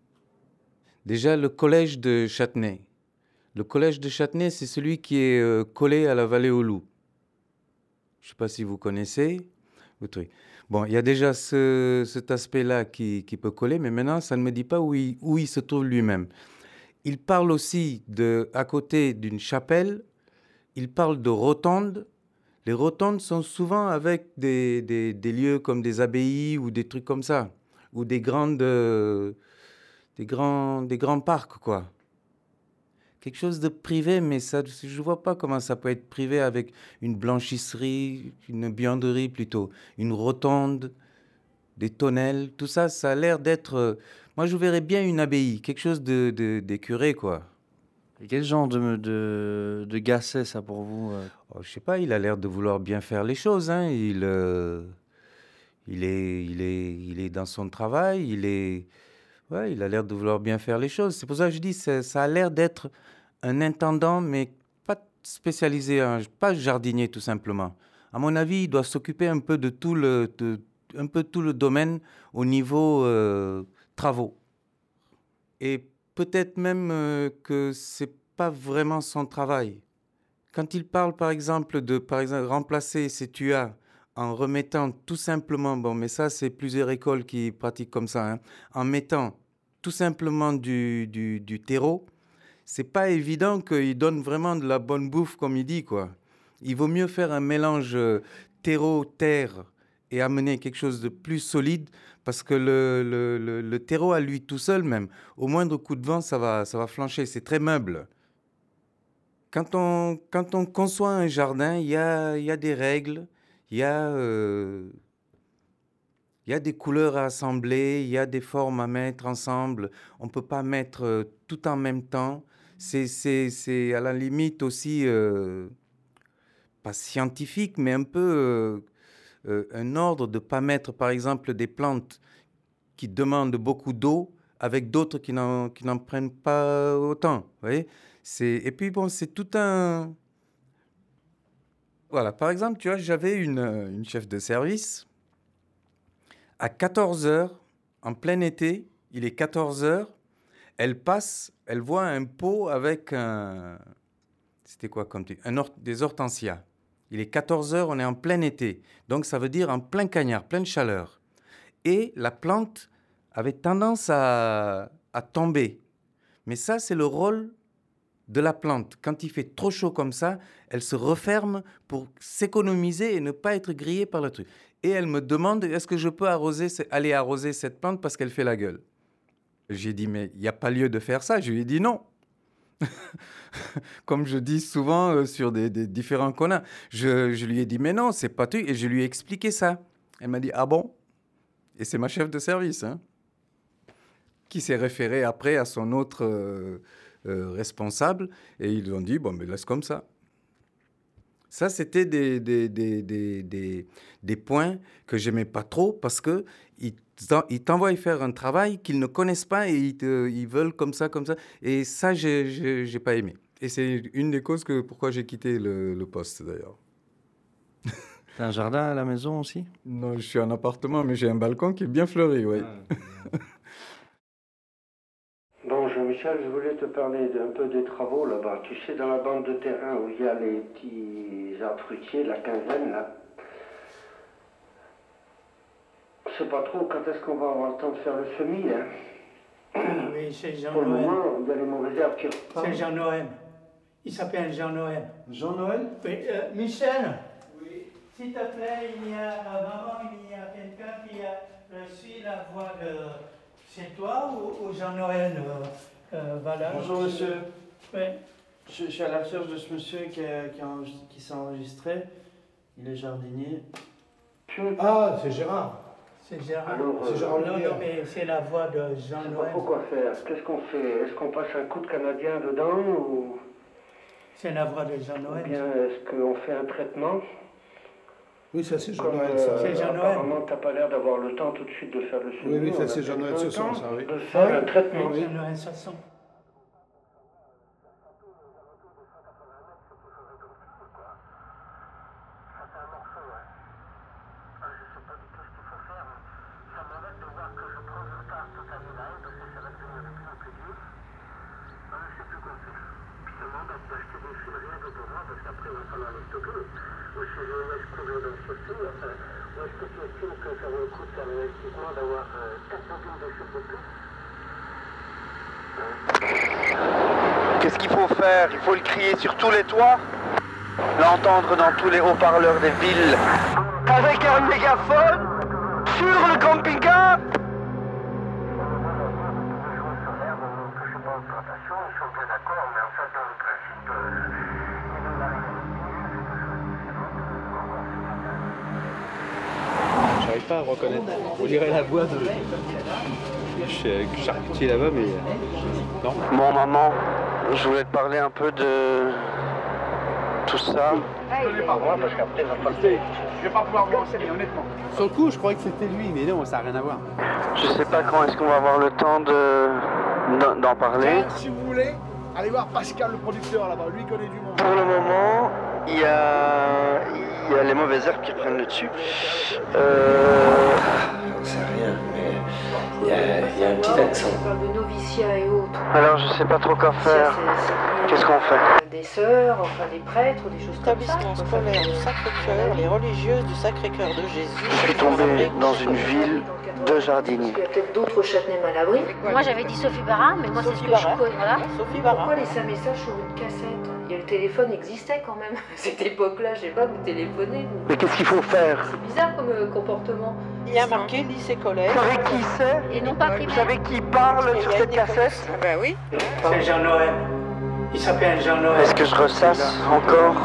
Déjà, le collège de Châtenay. Le collège de Châtenay, c'est celui qui est euh, collé à la vallée aux Loups. Je ne sais pas si vous connaissez. Oui. Bon, il y a déjà ce, cet aspect-là qui, qui peut coller, mais maintenant, ça ne me dit pas où il, où il se trouve lui-même. Il parle aussi de, à côté d'une chapelle, il parle de rotondes. Les rotondes sont souvent avec des, des, des lieux comme des abbayes ou des trucs comme ça, ou des, grandes, euh, des, grands, des grands parcs, quoi. Quelque chose de privé, mais ça, je ne vois pas comment ça peut être privé avec une blanchisserie, une buanderie plutôt, une rotonde, des tonnelles, tout ça, ça a l'air d'être... Euh, moi, je verrais bien une abbaye, quelque chose de, de, d'écuré, quoi. Et quel genre de, de, de gars c'est ça pour vous euh Oh, je sais pas, il a l'air de vouloir bien faire les choses. Hein. Il, euh, il, est, il, est, il est dans son travail, il, est, ouais, il a l'air de vouloir bien faire les choses. C'est pour ça que je dis ça, ça a l'air d'être un intendant, mais pas spécialisé, hein, pas jardinier tout simplement. À mon avis, il doit s'occuper un peu de tout le, de, un peu tout le domaine au niveau euh, travaux. Et peut-être même euh, que c'est pas vraiment son travail. Quand il parle, par exemple, de par exemple, remplacer ces tuas en remettant tout simplement, bon, mais ça, c'est plusieurs écoles qui pratiquent comme ça, hein, en mettant tout simplement du, du, du terreau, c'est pas évident qu'il donne vraiment de la bonne bouffe, comme il dit, quoi. Il vaut mieux faire un mélange terreau-terre et amener quelque chose de plus solide, parce que le, le, le, le terreau à lui tout seul, même, au moindre coup de vent, ça va, ça va flancher. C'est très meuble. Quand on, quand on conçoit un jardin, il y a, y a des règles, il y a, euh, y a des couleurs à assembler, il y a des formes à mettre ensemble. On ne peut pas mettre euh, tout en même temps. C'est, c'est, c'est à la limite aussi, euh, pas scientifique, mais un peu euh, euh, un ordre de ne pas mettre, par exemple, des plantes qui demandent beaucoup d'eau avec d'autres qui n'en, qui n'en prennent pas autant. Vous voyez ? C'est, et puis, bon, c'est tout un... Voilà, par exemple, tu vois, j'avais une, une chef de service. À quatorze heures, en plein été, il est quatorze heures, elle passe, elle voit un pot avec un... C'était quoi comme truc ? Un or, des hortensias. Il est quatorze heures, on est en plein été. Donc, ça veut dire en plein cagnard, pleine chaleur. Et la plante avait tendance à, à tomber. Mais ça, c'est le rôle de la plante. Quand il fait trop chaud comme ça, elle se referme pour s'économiser et ne pas être grillée par le truc. Et elle me demande, est-ce que je peux arroser, aller arroser cette plante parce qu'elle fait la gueule ? J'ai dit, mais il n'y a pas lieu de faire ça. Je lui ai dit non. Comme je dis souvent euh, sur des, des différents connards. Je, je lui ai dit, mais non, c'est pas tout. Et je lui ai expliqué ça. Elle m'a dit, ah bon? Et c'est ma chef de service, hein, qui s'est référée après à son autre euh, euh, responsable. Et ils ont dit, bon, mais laisse comme ça. Ça, c'était des, des, des, des, des, des points que j'aimais pas trop parce qu'ils ils t'envoient faire un travail qu'ils ne connaissent pas et ils, te, ils veulent comme ça, comme ça. Et ça, je n'ai pas aimé. Et c'est une des causes que, pourquoi j'ai quitté le, le poste, d'ailleurs. T'as un jardin à la maison aussi? Non, je suis en appartement, mais j'ai un balcon qui est bien fleuri, oui. Ah, bon, Jean-Michel, je voulais te parler d'un peu des travaux là-bas. Tu sais, dans la bande de terrain où il y a les petits arbres fruitiers, la quinzaine, là. Je sais pas trop quand est-ce qu'on va avoir le temps de faire le semis, hein. Oui, c'est Jean Pour le Noël. moment, il y a les mauvaises herbes qui repartent. C'est Jean Noël. Il s'appelle Jean Noël. Jean Noël? Oui, euh, Michel. Oui. S'il te plaît, il y a, avant, il y a quelqu'un qui a reçu la voix de... C'est toi ou, ou Jean Noël euh, euh, voilà. Bonjour monsieur. Oui. Je, je suis à la recherche de ce monsieur qui, a- qui, a enregistré- qui s'est enregistré. Il est jardinier. Ah, c'est Gérard. C'est Gérard. Alors, C'est euh, Gérard Non, Lumière. non, mais c'est la voix de Je Jean sais pas Noël. trop quoi faire. Qu'est-ce qu'on fait? Est-ce qu'on passe un coup de canadien dedans ou, C'est la voix de Jean ou Noël. bien est-ce qu'on fait un traitement? Oui, ça c'est Jean Comme, Noël. euh, Ça. C'est Jean Noël. apparemment, t'as pas l'air d'avoir le temps tout de suite de faire le semis. Oui, oui, ça On a c'est Jean peut-être Noël ce le soir, temps ça, oui. de faire un traitement. Jean Noël Sasson. Qu'est-ce qu'il faut faire? Il faut le crier sur tous les toits, l'entendre dans tous les haut-parleurs des villes, avec un mégaphone, sur le camping-car. J'arrive pas à reconnaître. On dirait la voix de... Je suis avec charcutier là-bas, mais... Non. Bon, maman, je voulais te parler un peu de tout ça. Je vais pas pouvoir vous renseigner, honnêtement. Sur le coup, je croyais que c'était lui, mais non, ça n'a rien à voir. Je sais pas quand est-ce qu'on va avoir le temps de d'en- d'en parler. Si vous voulez, allez voir Pascal, le producteur là-bas, lui il connaît du monde. Pour le moment, il y a, il y a les mauvaises herbes qui prennent le dessus. Euh... J'en sais rien, mais il y a, il y a un petit accent. On parle de noviciat et autres. Alors je sais pas trop quoi faire. Qu'est-ce qu'on fait? Des sœurs, enfin des prêtres, ou des choses comme ça. Établissement scolaire du Sacré-Cœur, les religieuses du Sacré-Cœur de Jésus. Je suis tombé dans une ville de jardiniers. Il y a peut-être d'autres Châtenay-Malabry. Moi j'avais dit Sophie Barra, mais moi c'est ce Sophie que je Barra. connais. Voilà. Sophie Barra. Pourquoi laisser un message sur une cassette? Il y a le téléphone existait quand même. À cette époque-là, je sais pas, vous téléphonez. vous- Mais qu'est-ce qu'il faut faire? C'est bizarre comme euh, comportement. Il y a marqué lycée collège. Vous savez qui c'est? Et non pas Vous primaire. savez qui parle sur cette cassette? Ah ben oui. C'est Jean Noël. Il s'appelle Jean Noël. Est-ce que je ressasse encore?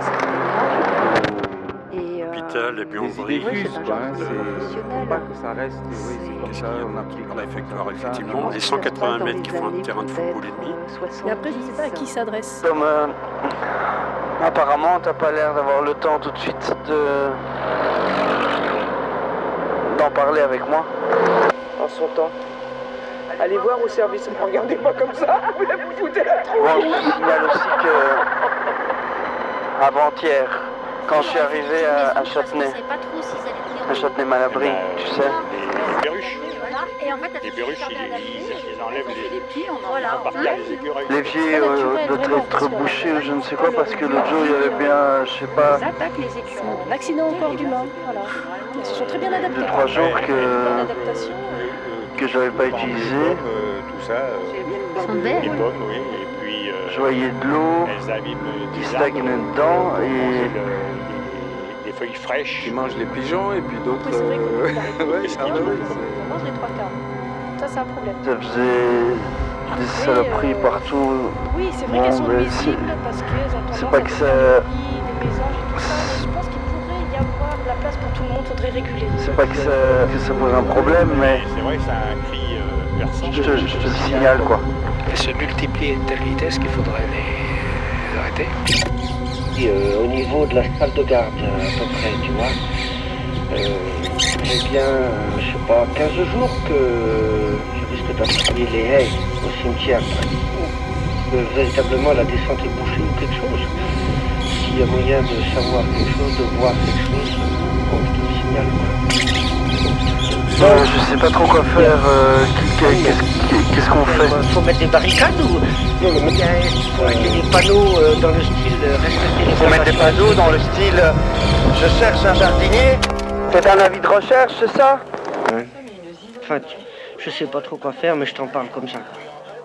Et, euh, Hôpital, les buanderies. Des fusses, quoi. Hein, c'est faut pas que ça reste. Oui, c'est comme ça. On applique On a effectué effectivement les cent quatre-vingts mètres qui font un terrain de football et demi. Et après, je ne sais pas à qui s'adresse. Comme euh, apparemment t'as pas l'air d'avoir le temps tout de suite de d'en parler avec moi. En son temps. Allez voir au service, ne me regardez pas comme ça, vous me foutez la Bon, trouille. je signale aussi que avant-hier, quand je suis arrivé à, à Châtenay, Je sais pas trop s'ils allaient tenir. à Châtenay-Malabry, tu sais, Les perruches. Voilà. Et en fait, Les perruches, ils, ils, ils enlèvent les... pieds, on voilà. Ils font partie des écureuils. l'évier euh, doit être bouché ou je ne sais quoi, parce que l'autre jour il y avait bien, je sais pas, Ils attaquent les écureuils. Un accident au corps d'humain. Voilà. Ils se sont très bien adaptés. deux trois jours Bonne que, adaptation. que j'avais pas utilisé. Euh, tout ça. euh, Ils sont belles. les pommes, oui. Et puis... euh, Je voyais de l'eau elles abîment qui des stagne arbres. dedans Manger et le- les, les feuilles fraîches. Qui mangent les pigeons et puis d'autres. Oui, c'est vrai euh, que- ouais, ah bah oui, c'est- On mange les trois quarts. Ça, c'est un problème. ça faisait des saloperies euh, partout. Oui, c'est vrai Bon, qu'elles sont mais nuisibles c'est- parce qu'elles ont c'est tendance pas à que détruire ça- les nids, les mésanges et tout ça, mais je pense qu'il pourrait y avoir de la place pour tout le monde, faudrait réguler. C'est pas que ça, que ça pose un problème, mais C'est vrai que c'est un cri euh, perçant. je te, je te le signale quoi. Elles se multiplient à une telle vitesse qu'il faudrait les arrêter. Et, euh, au niveau de la salle de garde, à peu près, tu vois, euh, j'ai bien, euh, je sais pas, quinze jours que je risque d'appuyer les haies au cimetière. Que véritablement la descente est bouchée ou quelque chose. S'il y a moyen de savoir quelque chose, de voir quelque chose, bon, je te le signale, quoi. Euh, je sais pas trop quoi faire. euh, qu'est-ce qu'est-ce qu'on fait? Il faut mettre des barricades ou il faut acheter des panneaux euh, dans le style euh, respecter les Faut mettre des panneaux dans le style euh, je cherche un jardinier. C'est un avis de recherche, c'est ça? Ouais. Enfin, tu- je sais pas trop quoi faire, mais je t'en parle comme ça, quoi.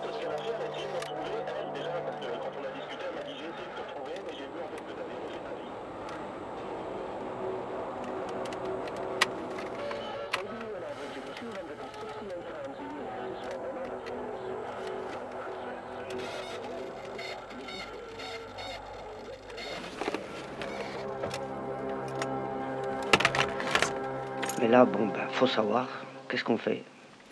Mais là, bon, ben, faut savoir, qu'est-ce qu'on fait?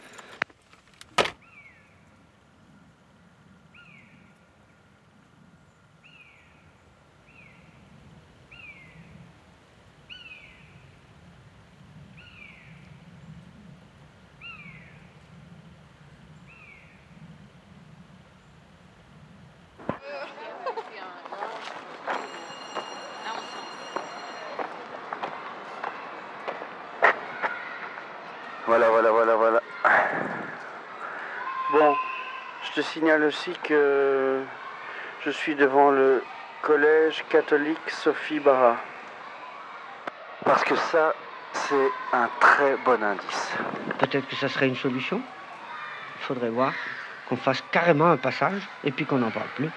Voilà, voilà, voilà, voilà. Bon, je te signale aussi que je suis devant le collège catholique Sophie Barra. Parce que ça, c'est un très bon indice. Peut-être que ça serait une solution. Il faudrait voir qu'on fasse carrément un passage et puis qu'on n'en parle plus.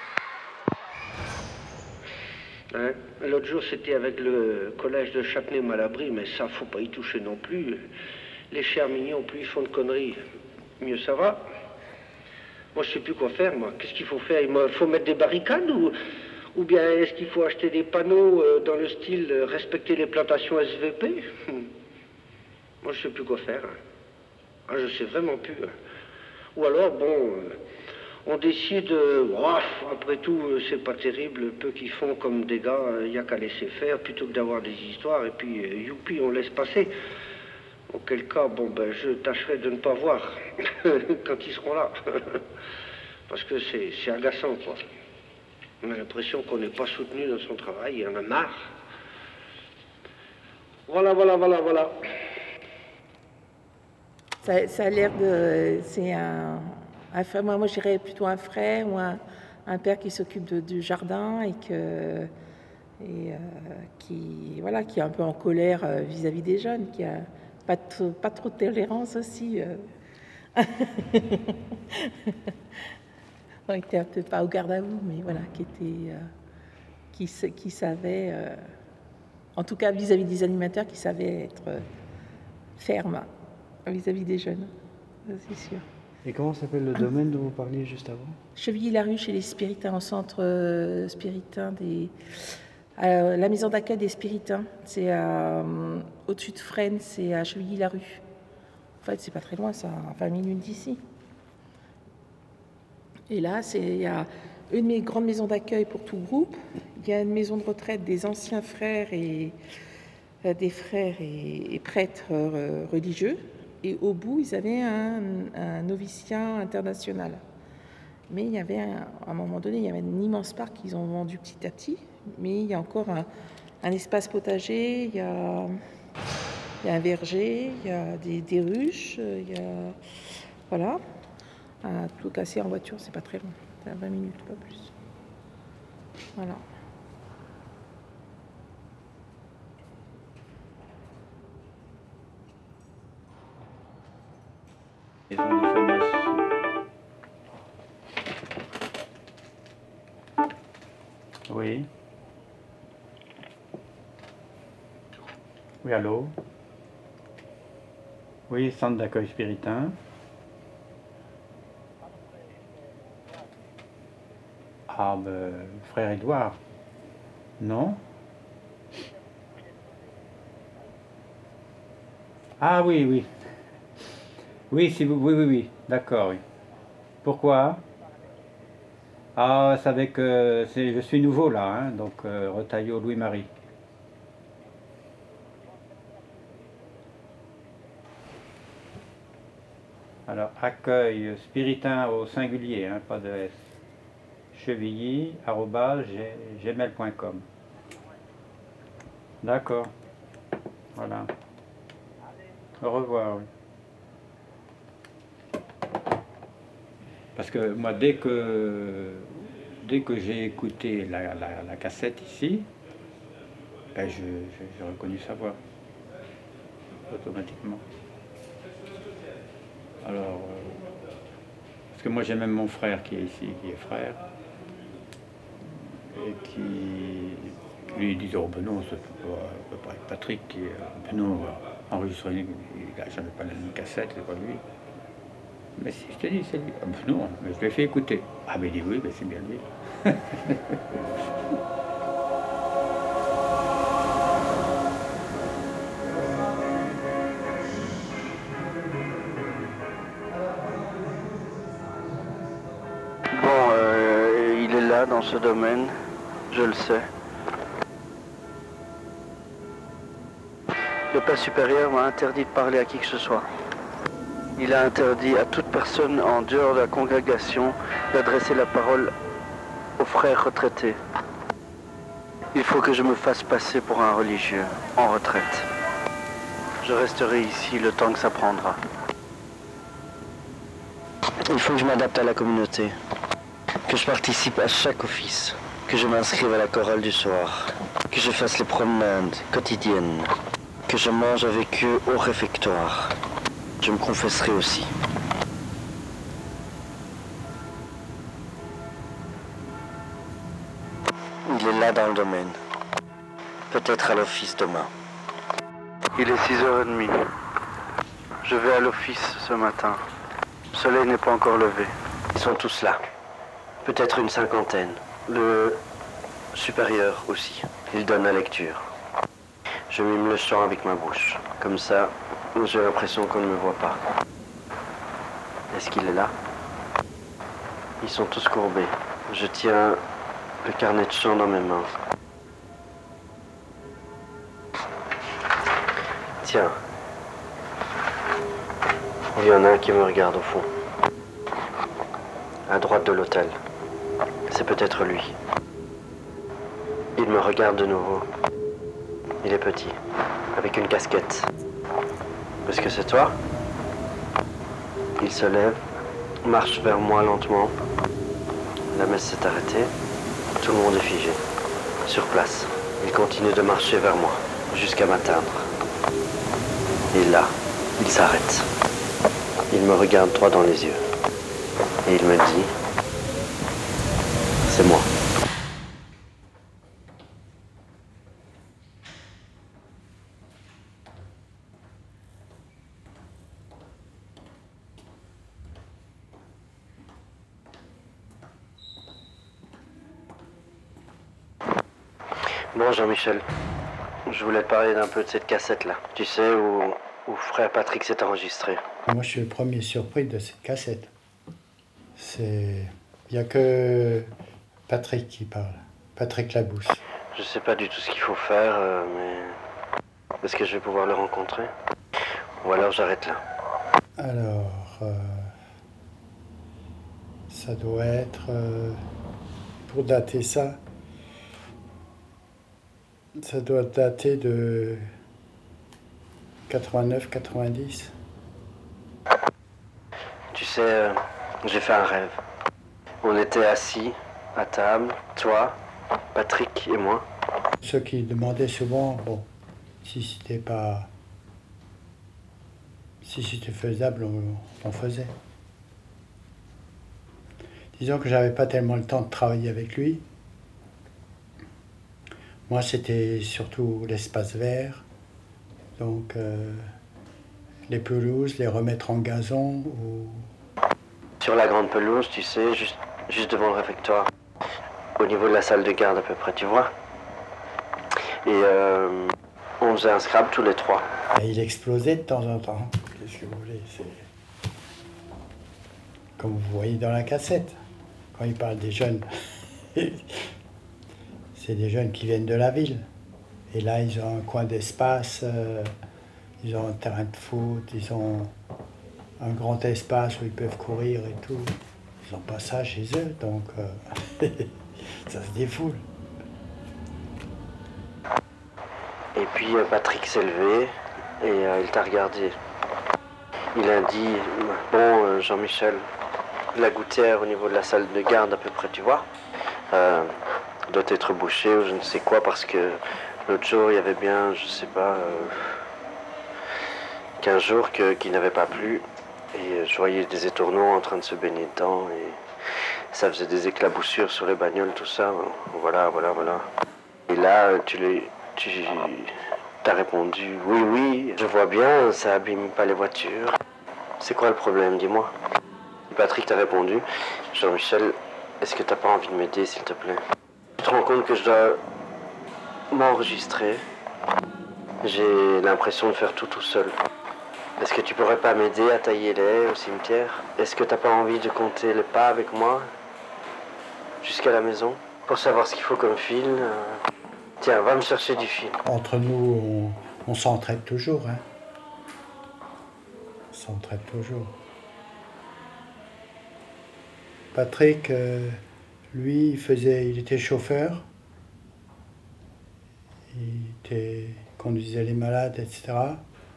Hein, l'autre jour, c'était avec le collège de Châtenay-Malabry, mais ça, faut pas y toucher non plus. Les chers mignons, plus ils font de conneries, mieux ça va. Moi, je sais plus quoi faire, moi. Qu'est-ce qu'il faut faire? Il faut mettre des barricades ou, ou bien est-ce qu'il faut acheter des panneaux euh, dans le style euh, respecter les plantations S V P? Moi, je sais plus quoi faire. Ah, je sais vraiment plus. Ou alors, bon, euh, on décide, euh, oh, après tout, euh, c'est pas terrible, peu qu'ils font comme des gars, il n'y a qu'à laisser faire, plutôt que d'avoir des histoires, et puis, euh, youpi, on laisse passer. Auquel cas, bon, ben, je tâcherai de ne pas voir quand ils seront là. Parce que c'est c'est agaçant, quoi. On a l'impression qu'on n'est pas soutenu dans son travail, il y en a marre. Voilà, voilà, voilà, voilà. Ça, ça a l'air de... C'est un, un frère, moi, moi je dirais plutôt un frère ou un, un père qui s'occupe de- du jardin et, que, et euh, qui, voilà, qui est un peu en colère euh, vis-à-vis des jeunes, qui a pas, t- pas trop de tolérance aussi. euh. On était un peu pas au garde à vous, mais voilà, qui était... euh, qui, sa- qui savait... euh, en tout cas vis-à-vis des animateurs, qui savaient être euh, ferme vis-à-vis des jeunes, ça, c'est sûr. Et comment s'appelle le domaine dont vous parliez juste avant? Chevilly-la-Rue, chez les Spiritains, au centre euh, spiritain des... à la maison d'accueil des Spiritains. C'est à, euh, au-dessus de Fresnes, c'est à Chevilly-la-Rue. En fait, c'est pas très loin, ça, à vingt minutes d'ici. Et là, c'est, il y a une mes grandes maisons d'accueil pour tout groupe. Il y a une maison de retraite des anciens frères et euh, des frères et, et prêtres euh, religieux. Et au bout, ils avaient un, un noviciat international. Mais il y avait, un, à un moment donné, il y avait un immense parc qu'ils ont vendu petit à petit. Mais il y a encore un, un espace potager, il y a, il y a un verger, il y a des, des ruches, il y a... Voilà. À tout casser en voiture, c'est pas très long. C'est à vingt minutes, pas plus. Voilà. Oui. Oui, allô? Oui, centre d'accueil spiritain. Ah, ben, frère Édouard. Non? Ah oui, oui. Oui, si vous... oui, oui, oui. D'accord, oui. Pourquoi? Ah, c'est avec... Euh, c'est, je suis nouveau là, hein, donc euh, Retailleau Louis-Marie. Alors, accueil spiritain au singulier, hein, pas de S. Chevilly, arobase, gmail point com. D'accord. Voilà. Au revoir, oui. Parce que moi, dès que, dès que j'ai écouté la, la, la cassette ici, ben je, je, j'ai reconnu sa voix, automatiquement. Alors, euh, parce que moi j'ai même mon frère qui est ici, qui est frère, et qui lui dit, oh ben non, ça ne peut, peut pas être Patrick, qui est, ben non, enregistré, il n'a jamais pas la même cassette, c'est pas lui. Mais si, je te dis, c'est lui. Ah, ben non, mais je l'ai fait écouter. Ah, ben il dit oui, ben c'est bien lui. Bon, euh, il est là dans ce domaine, je le sais. Le père supérieur m'a interdit de parler à qui que ce soit. Il a interdit à toute personne en dehors de la congrégation d'adresser la parole aux frères retraités. Il faut que je me fasse passer pour un religieux en retraite. Je resterai ici le temps que ça prendra. Il faut que je m'adapte à la communauté, que je participe à chaque office, que je m'inscrive à la chorale du soir, que je fasse les promenades quotidiennes, que je mange avec eux au réfectoire. Je me confesserai aussi. Il est là dans le domaine. Peut-être à l'office demain. Il est six heures trente. Je vais à l'office ce matin. Le soleil n'est pas encore levé. Ils sont tous là. Peut-être une cinquantaine. Le supérieur aussi. Il donne la lecture. Je mime le chant avec ma bouche. Comme ça, j'ai l'impression qu'on ne me voit pas. Est-ce qu'il est là? Ils sont tous courbés. Je tiens le carnet de chant dans mes mains. Tiens. Il y en a un qui me regarde au fond. À droite de l'hôtel. C'est peut-être lui. Il me regarde de nouveau. Il est petit, avec une casquette. Est-ce que c'est toi? Il se lève, marche vers moi lentement. La messe s'est arrêtée. Tout le monde est figé. Sur place. Il continue de marcher vers moi, jusqu'à m'atteindre. Et là, il s'arrête. Il me regarde droit dans les yeux. Et il me dit, c'est moi. Bon, Jean-Michel, je voulais te parler d'un peu de cette cassette-là. Tu sais, où, où frère Patrick s'est enregistré. Moi, je suis le premier surpris de cette cassette. C'est... Il n'y a que Patrick qui parle. Patrick Labousse. Je sais pas du tout ce qu'il faut faire, euh, mais... Est-ce que je vais pouvoir le rencontrer? Ou alors j'arrête là. Alors... Euh... Ça doit être... Euh... Pour dater ça... Ça doit dater de quatre-vingt-neuf quatre-vingt-dix. Tu sais, euh, j'ai fait un rêve. On était assis à table, toi, Patrick et moi. Ceux qui demandaient souvent, bon, si c'était pas... Si c'était faisable, on, on faisait. Disons que j'avais pas tellement le temps de travailler avec lui. Moi, c'était surtout l'espace vert, donc euh, les pelouses, les remettre en gazon. Ou... Sur la grande pelouse, tu sais, juste, juste devant le réfectoire. au niveau de la salle de garde à peu près, tu vois. Et euh, on faisait un scrap tous les trois. Et il explosait de temps en temps. Qu'est-ce que vous voulez, c'est comme vous voyez dans la cassette, quand il parle des jeunes. C'est des jeunes qui viennent de la ville. Et là, ils ont un coin d'espace, euh, ils ont un terrain de foot, ils ont un grand espace où ils peuvent courir et tout. Ils n'ont pas ça chez eux, donc euh, ça se défoule. Et puis euh, Patrick s'est levé et euh, il t'a regardé. Il a dit, bon euh, Jean-Michel, la gouttière au niveau de la salle de garde à peu près, tu vois, euh, doit être bouchée ou je ne sais quoi parce que l'autre jour il y avait bien, je sais pas, euh, quinze jours que, qu'il n'avait pas plu et je voyais des étourneaux en train de se baigner dedans et ça faisait des éclaboussures sur les bagnoles, tout ça, voilà, voilà, voilà. Et là tu les... Tu as répondu, oui, oui, je vois bien, ça abîme pas les voitures. C'est quoi le problème, dis-moi. Patrick t'a répondu, Jean-Michel, est-ce que t'as pas envie de m'aider, s'il te plaît? Tu te rends compte que je dois m'enregistrer? J'ai l'impression de faire tout tout seul. Est-ce que tu pourrais pas m'aider à tailler les haies au cimetière? Est-ce que t'as pas envie de compter les pas avec moi jusqu'à la maison pour savoir ce qu'il faut comme fil? Tiens, va me chercher du fil. Entre nous, on, on s'entraide toujours. Hein. On s'entraide toujours. Patrick, euh, lui, il, faisait, il était chauffeur. Il était, conduisait les malades, et cetera.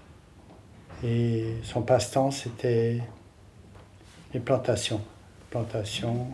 Et son passe-temps, c'était les plantations. Plantations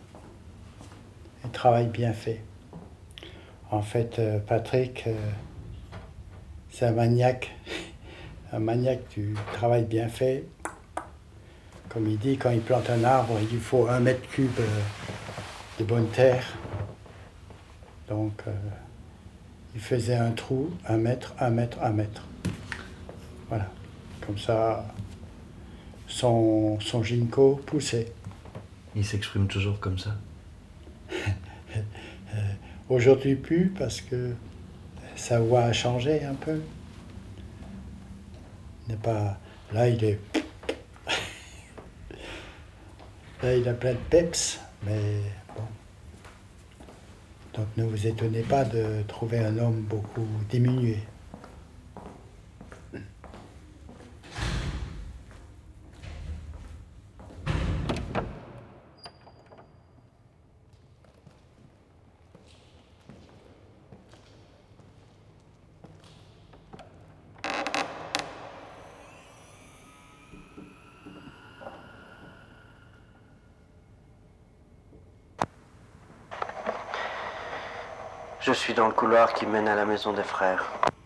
et travail bien fait. En fait, Patrick, c'est un maniaque, un maniaque du travail bien fait. Comme il dit, quand il plante un arbre, il lui faut un mètre cube de bonne terre. Donc, euh, il faisait un trou, un mètre, un mètre, un mètre. Voilà. Comme ça, son, son ginkgo poussait. Il s'exprime toujours comme ça? Aujourd'hui plus, parce que sa voix a changé un peu. Il n'est pas... Là, il est... Là, il a plein de peps, mais bon. Donc ne vous étonnez pas de trouver un homme beaucoup diminué. Je suis dans le couloir qui mène à la maison des frères.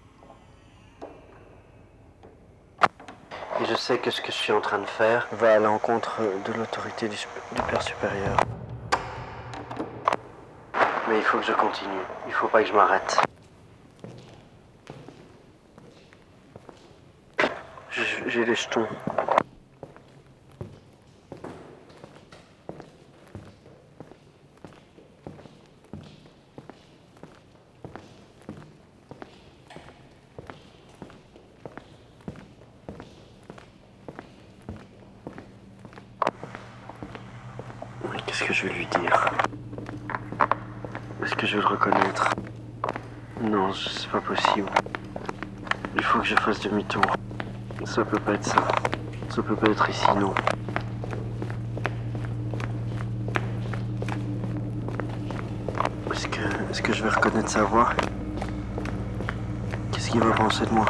Et je sais que ce que je suis en train de faire va à l'encontre de l'autorité du, du Père supérieur. Mais il faut que je continue. Il faut pas que je m'arrête. J'ai les jetons. Qu'est-ce que je vais lui dire? Est-ce que je vais le reconnaître? Non, c'est pas possible. Il faut que je fasse demi-tour. Ça peut pas être ça. Ça peut pas être ici, non. Est-ce que, est-ce que je vais reconnaître sa voix? Qu'est-ce qu'il va penser de moi?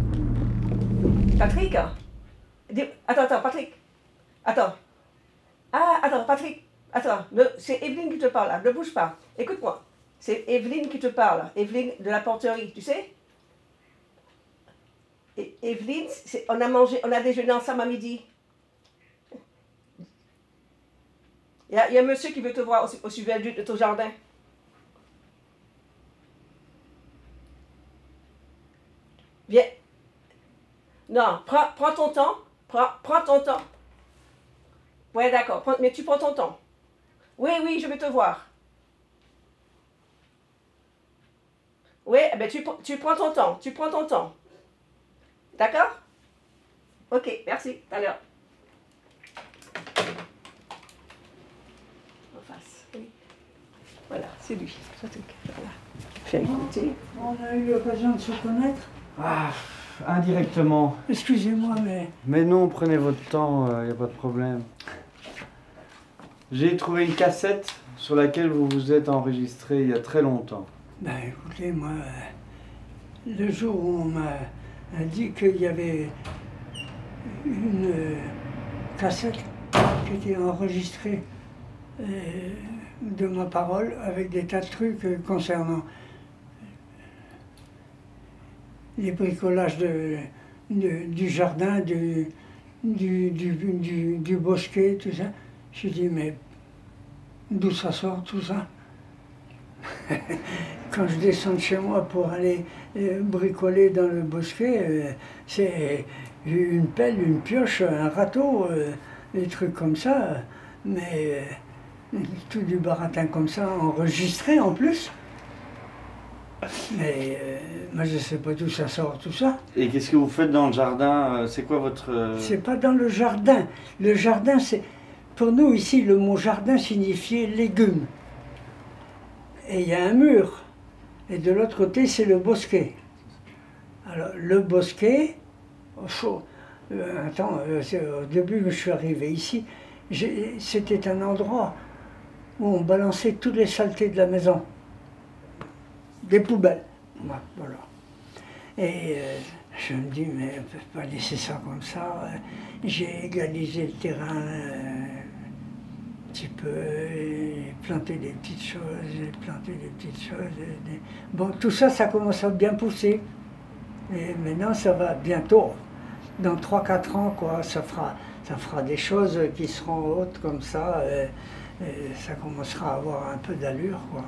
Patrick? Attends, attends, Patrick. Attends. Ah, attends, Patrick, attends, ne- c'est Evelyne qui te parle, là, ne bouge pas. Écoute-moi, c'est Evelyne qui te parle, Evelyne de la porterie, tu sais? Et Evelyne, c'est- on a mangé, on a déjeuné ensemble à midi. Il y, a- il y a un monsieur qui veut te voir au, au sujet du- de ton jardin. Viens. Non, prends, prends ton temps. Prends, prends ton temps. Ouais, d'accord. prends- Mais tu prends ton temps. Oui, oui, je vais te voir. Oui, eh ben tu, pr- tu prends ton temps. Tu prends ton temps. D'accord? Ok, merci. Tout à l'heure. En face. Oui. Voilà, c'est lui. Patrick. Voilà. Fais écouter. On a eu l'occasion de se connaître. Ah, indirectement. Excusez-moi, mais Mais non, prenez votre temps, il n'y a pas de problème. J'ai trouvé une cassette sur laquelle vous vous êtes enregistré il y a très longtemps. ben, écoutez, moi, euh, le jour où on m'a dit qu'il y avait une euh, cassette qui était enregistrée euh, de ma parole avec des tas de trucs euh, concernant les bricolages de, de- du jardin, du, du, du, du, du bosquet, tout ça. J'ai dit, mais d'où ça sort tout ça? Quand je descends de chez moi pour aller euh, bricoler dans le bosquet, euh, c'est une pelle, une pioche, un râteau, euh, des trucs comme ça. Mais euh, tout du baratin comme ça, enregistré en plus. Mais euh, moi je sais pas d'où ça sort tout ça. Et qu'est-ce que vous faites dans le jardin? euh, C'est quoi votre... euh, C'est pas dans le jardin. Le jardin, c'est. Pour nous ici, le mot jardin signifiait légumes. Et il y a un mur. Et de l'autre côté, c'est le bosquet. Alors, le bosquet, oh, faut- euh, attends, euh, c'est au début que je suis arrivé ici, j'ai- c'était un endroit où on balançait toutes les saletés de la maison. Des poubelles. Voilà. voilà. Et euh, je me dis, mais on ne peut pas laisser ça comme ça. J'ai égalisé le terrain euh, un petit peu, et planté des petites choses, et planté des petites choses. et des- Bon, tout ça, ça commence à bien pousser. Et maintenant, ça va bientôt. Dans trois quatre ans, quoi, ça fera, ça fera des choses qui seront hautes comme ça. Et, et ça commencera à avoir un peu d'allure, quoi.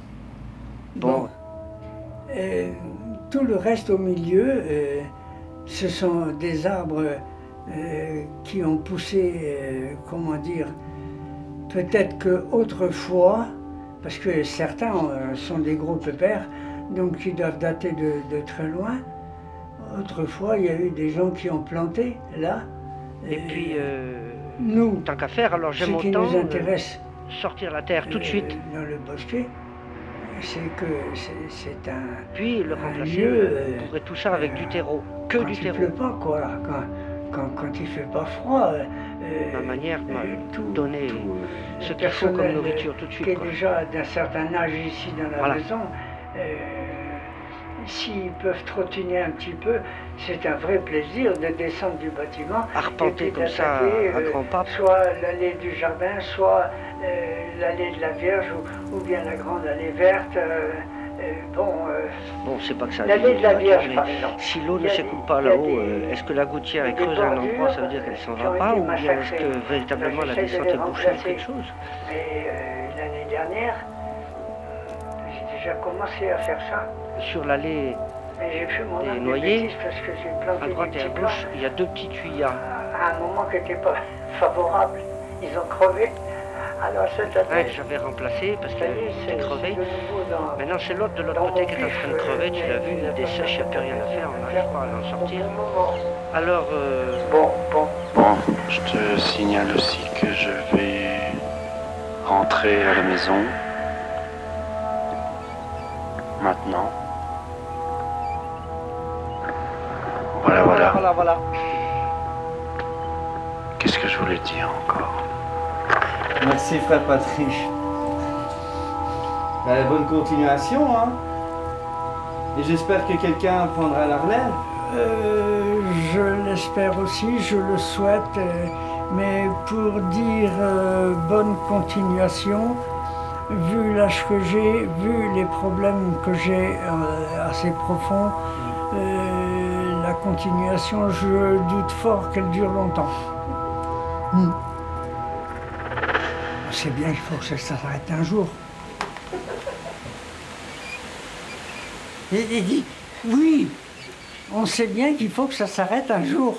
Bon. Et tout le reste au milieu, euh, ce sont des arbres euh, qui ont poussé, euh, comment dire, peut-être qu'autrefois, parce que certains euh, sont des gros pépères, donc qui doivent dater de, de très loin, autrefois il y a eu des gens qui ont planté là. Et puis, euh, nous, tant qu'à faire, alors j'aime ce qui autant nous intéresse, euh, sortir la terre tout de suite. euh, dans le bosquet, c'est que c'est- c'est un, Puis le un remplacer, lieu, euh, euh, couvrir tout ça avec du terreau, que quand du il terreau. pleut pas, quoi, quand, quand, quand il fait pas froid. euh, Ma manière m'a euh, tout, donné tout, ce le qu'il faut comme personnel, nourriture tout de qui suite. est quoi. déjà d'un certain âge ici dans la Voilà. maison, euh, s'ils peuvent trottiner un petit peu, c'est un vrai plaisir de descendre du bâtiment. Arpenter et puis comme ça d'attaquer, à euh, grands pas. soit l'allée du jardin, soit euh, l'allée de la Vierge, ou, ou bien la grande allée verte. euh, euh, bon, euh, Bon, c'est pas que ça. l'allée de la Vierge, mais par exemple. si l'eau Il ne y a s'écoule des- pas il y a là-haut, des- euh, est-ce que la gouttière est des creuse à un endroit, ça veut bordures, dire qu'elle s'en qui va ont pas, été ou bien est-ce massacrées. que véritablement la J'essaie de descente les est bouchée ou remplacer. quelque chose? Mais euh, l'année dernière, j'ai déjà commencé à faire ça. Sur l'allée Mais j'ai fait mon des âme de noyers, bêtises parce que j'ai planté à droite des et à petits gauche, plants il y a deux petits tuyas. à un moment qui n'était pas favorable. Ils ont crevé. Alors cette Un année, que j'avais remplacé parce ça qu'il y est, était c'est crevé. de nouveau dans... Maintenant c'est l'autre de l'autre dans côté mon qui est en pif, train de crever, tu l'as vu, mais il dessèche, il n'y a plus rien à faire, on n'arrive pas à en sortir. moment. Alors, euh, Bon, bon. Bon, je te signale aussi que je vais rentrer à la maison. Maintenant. Voilà, voilà. voilà, voilà. Qu'est-ce que je voulais dire encore? Merci frère Patrick. Ben, bonne continuation, hein. Et j'espère que quelqu'un prendra la relève. Euh, je l'espère aussi, je le souhaite, euh, mais pour dire euh, bonne continuation, vu l'âge que j'ai, vu les problèmes que j'ai euh, assez profonds, euh, la continuation, je doute fort qu'elle dure longtemps. Mm. C'est bien, il faut que ça s'arrête un jour. Et, et dit, oui, on sait bien qu'il faut que ça s'arrête un jour.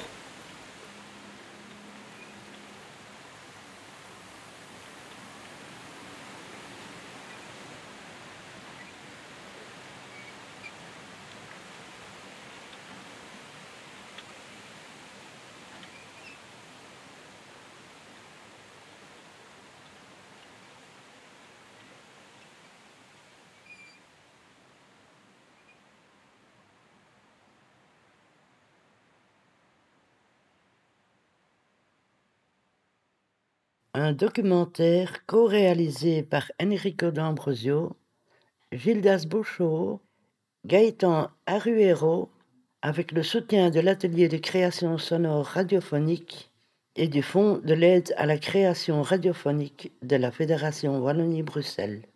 Un documentaire co-réalisé par Enrico D'Ambrosio, Gildas Bouchot, Gaëtan Arruero, avec le soutien de l'atelier de création sonore radiophonique et du Fonds de l'aide à la création radiophonique de la Fédération Wallonie-Bruxelles.